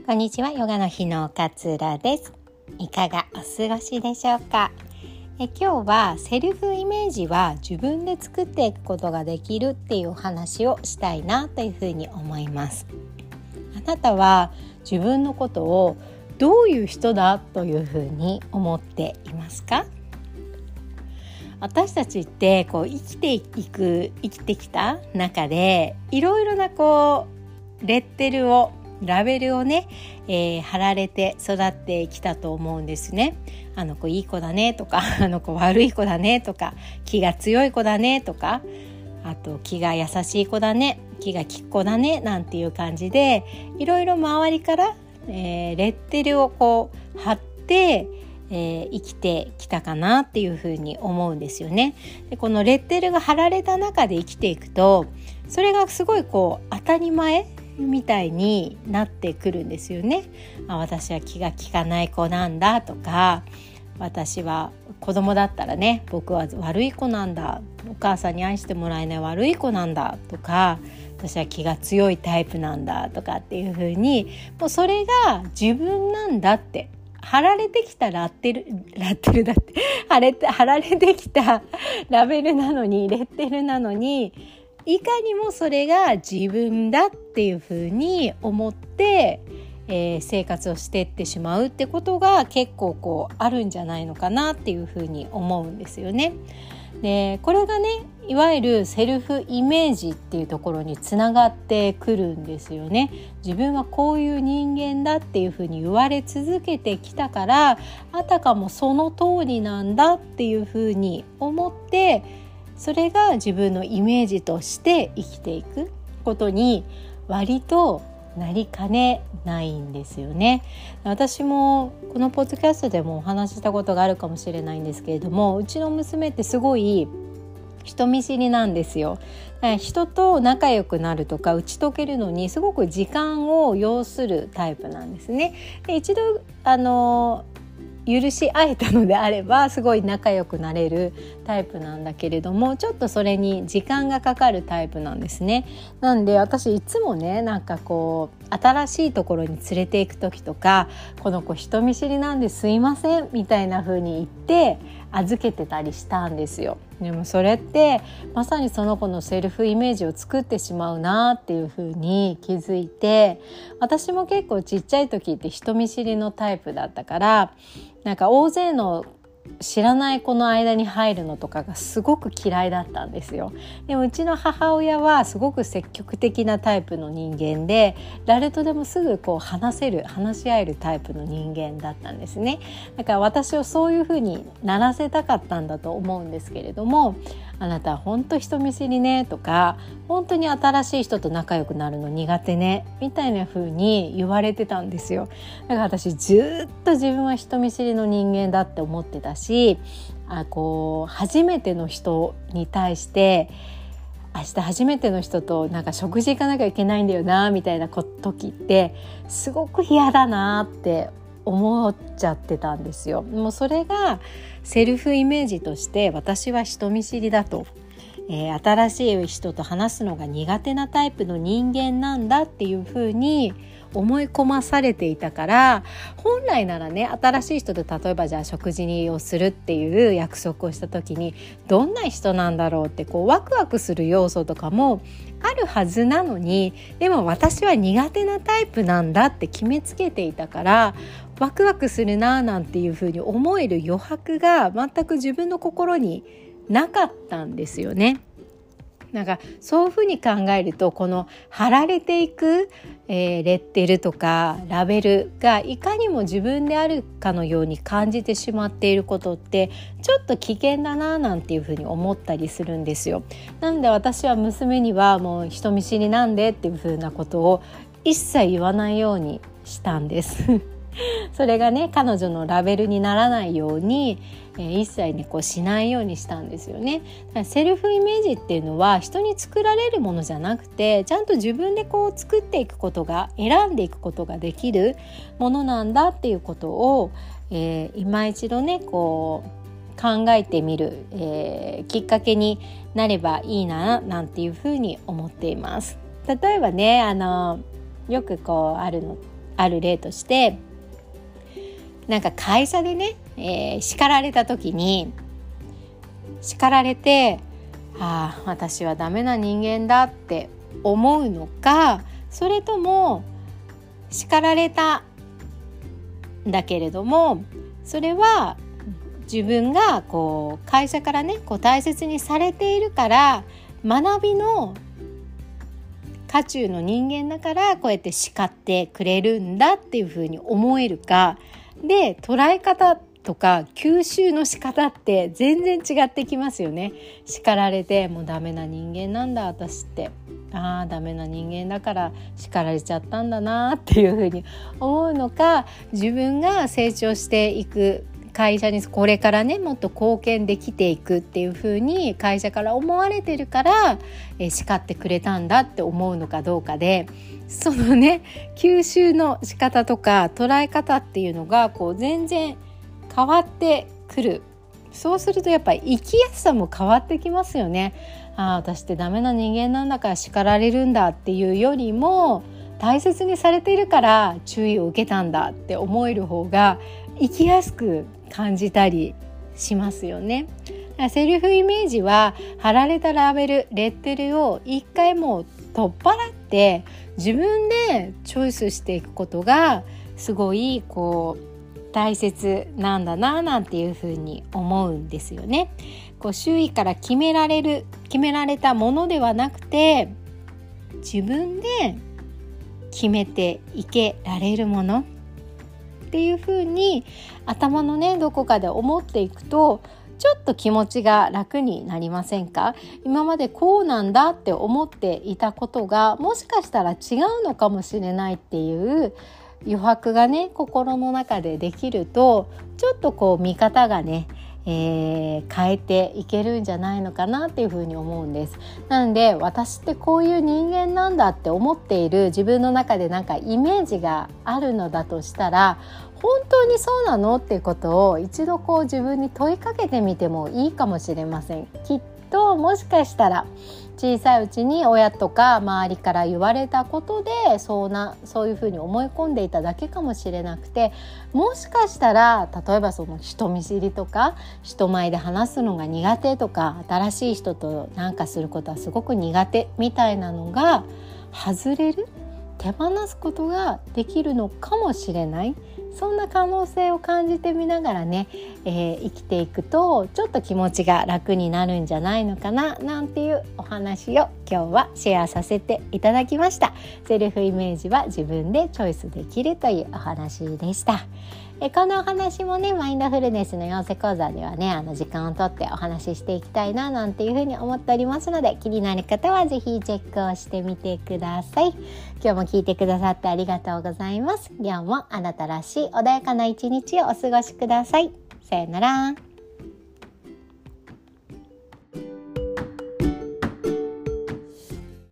こんにちは、ヨガの日の勝浦です。いかがお過ごしでしょうか。今日はセルフイメージは自分で作っていくことができるっていうお話をしたいなというふうに思います。あなたは自分のことをどういう人だというふうに思っていますか？私たちって生きてきた中でいろいろなレッテルをラベルをね、貼られて育ってきたと思うんですね。あの子いい子だねとか、あの子悪い子だねとか、気が強い子だねとか、あと気が優しい子だね、気が利く子だねなんていう感じで、いろいろ周りから、レッテルを貼って、生きてきたかなっていうふうに思うんですよね。でこのレッテルが貼られた中で生きていくと、それがすごい当たり前みたいになってくるんですよね。私は気が利かない子なんだとか、私は子供だったらね、僕は悪い子なんだ、お母さんに愛してもらえない悪い子なんだとか、私は気が強いタイプなんだとかっていう風に、もうそれが自分なんだって貼られてきたラッテルだって貼られてきたラベルなのに、レッテルなのに、いかにもそれが自分だっていうふうに思って、生活をしていってしまうってことが結構あるんじゃないのかなっていうふうに思うんですよね。でこれがね、いわゆるセルフイメージっていうところにつながってくるんですよね。自分はこういう人間だっていうふうに言われ続けてきたから、あたかもその通りなんだっていうふうに思って、それが自分のイメージとして生きていくことに割となりかねないんですよね。私もこのポッドキャストでもお話ししたことがあるかもしれないんですけれども、うちの娘ってすごい人見知りなんですよ。人と仲良くなるとか打ち解けるのにすごく時間を要するタイプなんですね。で一度許し合えたのであればすごい仲良くなれるタイプなんだけれども、ちょっとそれに時間がかかるタイプなんですね。なんで私いつもね、新しいところに連れて行く時とか、この子人見知りなんですいませんみたいな風に言って預けてたりしたんですよ。でもそれってまさにその子のセルフイメージを作ってしまうなっていう風に気づいて、私も結構ちっちゃい時って人見知りのタイプだったから、大勢の知らない子の間に入るのとかがすごく嫌いだったんですよ。でもうちの母親はすごく積極的なタイプの人間で、誰とでもすぐ話し合えるタイプの人間だったんですね。だから私をそういう風にならせたかったんだと思うんですけれども、あなたは本当人見知りねとか、本当に新しい人と仲良くなるの苦手ねみたいな風に言われてたんですよ。だから私ずっと自分は人見知りの人間だって思ってたし、初めての人に対して明日初めての人と食事行かなきゃいけないんだよなみたいな時ってすごく嫌だなって思っちゃってたんですよ。もうそれがセルフイメージとして、私は人見知りだと、新しい人と話すのが苦手なタイプの人間なんだっていう風に思い込まされていたから、本来ならね、新しい人と例えばじゃあ食事をするっていう約束をした時に、どんな人なんだろうってワクワクする要素とかもあるはずなのに、でも私は苦手なタイプなんだって決めつけていたから、ワクワクするななんていう風に思える余白が全く自分の心になかったんですよね。そういうふうに考えると、この貼られていく、レッテルとかラベルがいかにも自分であるかのように感じてしまっていることってちょっと危険だななんていうふうに思ったりするんですよ。なので私は娘にはもう人見知りなんでっていうふうなことを一切言わないようにしたんですそれがね、彼女のラベルにならないように、一切ねしないようにしたんですよね。だからセルフイメージっていうのは人に作られるものじゃなくて、ちゃんと自分で作っていくことが、選んでいくことができるものなんだっていうことを、今一度ね考えてみる、きっかけになればいいななんていうふうに思っています。例えばね、よくあるのある例として、なんか会社でね、叱られた時に叱られて、私はダメな人間だって思うのか、それとも叱られたんだけれども、それは自分がこう会社からねこう大切にされているから、学びの渦中の人間だからこうやって叱ってくれるんだっていうふうに思えるかで、捉え方とか吸収の仕方って全然違ってきますよね。叱られてもうダメな人間なんだ私って、ダメな人間だから叱られちゃったんだなっていうふうに思うのか、自分が成長していく会社にこれからねもっと貢献できていくっていう風に会社から思われてるから、叱ってくれたんだって思うのかどうかで、そのね吸収の仕方とか捉え方っていうのがこう全然変わってくる。そうするとやっぱり生きやすさも変わってきますよね。私ってダメな人間なんだから叱られるんだっていうよりも、大切にされているから注意を受けたんだって思える方が生きやすく感じたりしますよね。セルフイメージは貼られたラベル、レッテルを一回もう取っ払って自分でチョイスしていくことがすごいこう大切なんだななんていうふうに思うんですよね。こう周囲から決められたものではなくて、自分で決めていけられるものっていう風に頭のねどこかで思っていくと、ちょっと気持ちが楽になりませんか？今までこうなんだって思っていたことがもしかしたら違うのかもしれないっていう余白がね心の中でできると、ちょっとこう見方がね、変えていけるんじゃないのかなっていうふうに思うんです。なので私ってこういう人間なんだって思っている自分の中でなんかイメージがあるのだとしたら、本当にそうなのっていうことを一度こう自分に問いかけてみてもいいかもしれません。きっともしかしたら小さいうちに親とか周りから言われたことでそういうふうに思い込んでいただけかもしれなくて、もしかしたら例えばその人見知りとか人前で話すのが苦手とか、新しい人となんかすることはすごく苦手みたいなのが外れる、手放すことができるのかもしれない。そんな可能性を感じてみながらね、生きていくとちょっと気持ちが楽になるんじゃないのかななんていうお話を今日はシェアさせていただきました。セルフイメージは自分でチョイスできるというお話でした。このお話もねマインドフルネスの養成講座ではね時間をとってお話ししていきたいななんていうふうに思っておりますので、気になる方はぜひチェックをしてみてください。今日も聞いてくださってありがとうございます。今日もあなたらしい穏やかな一日をお過ごしください。さよなら。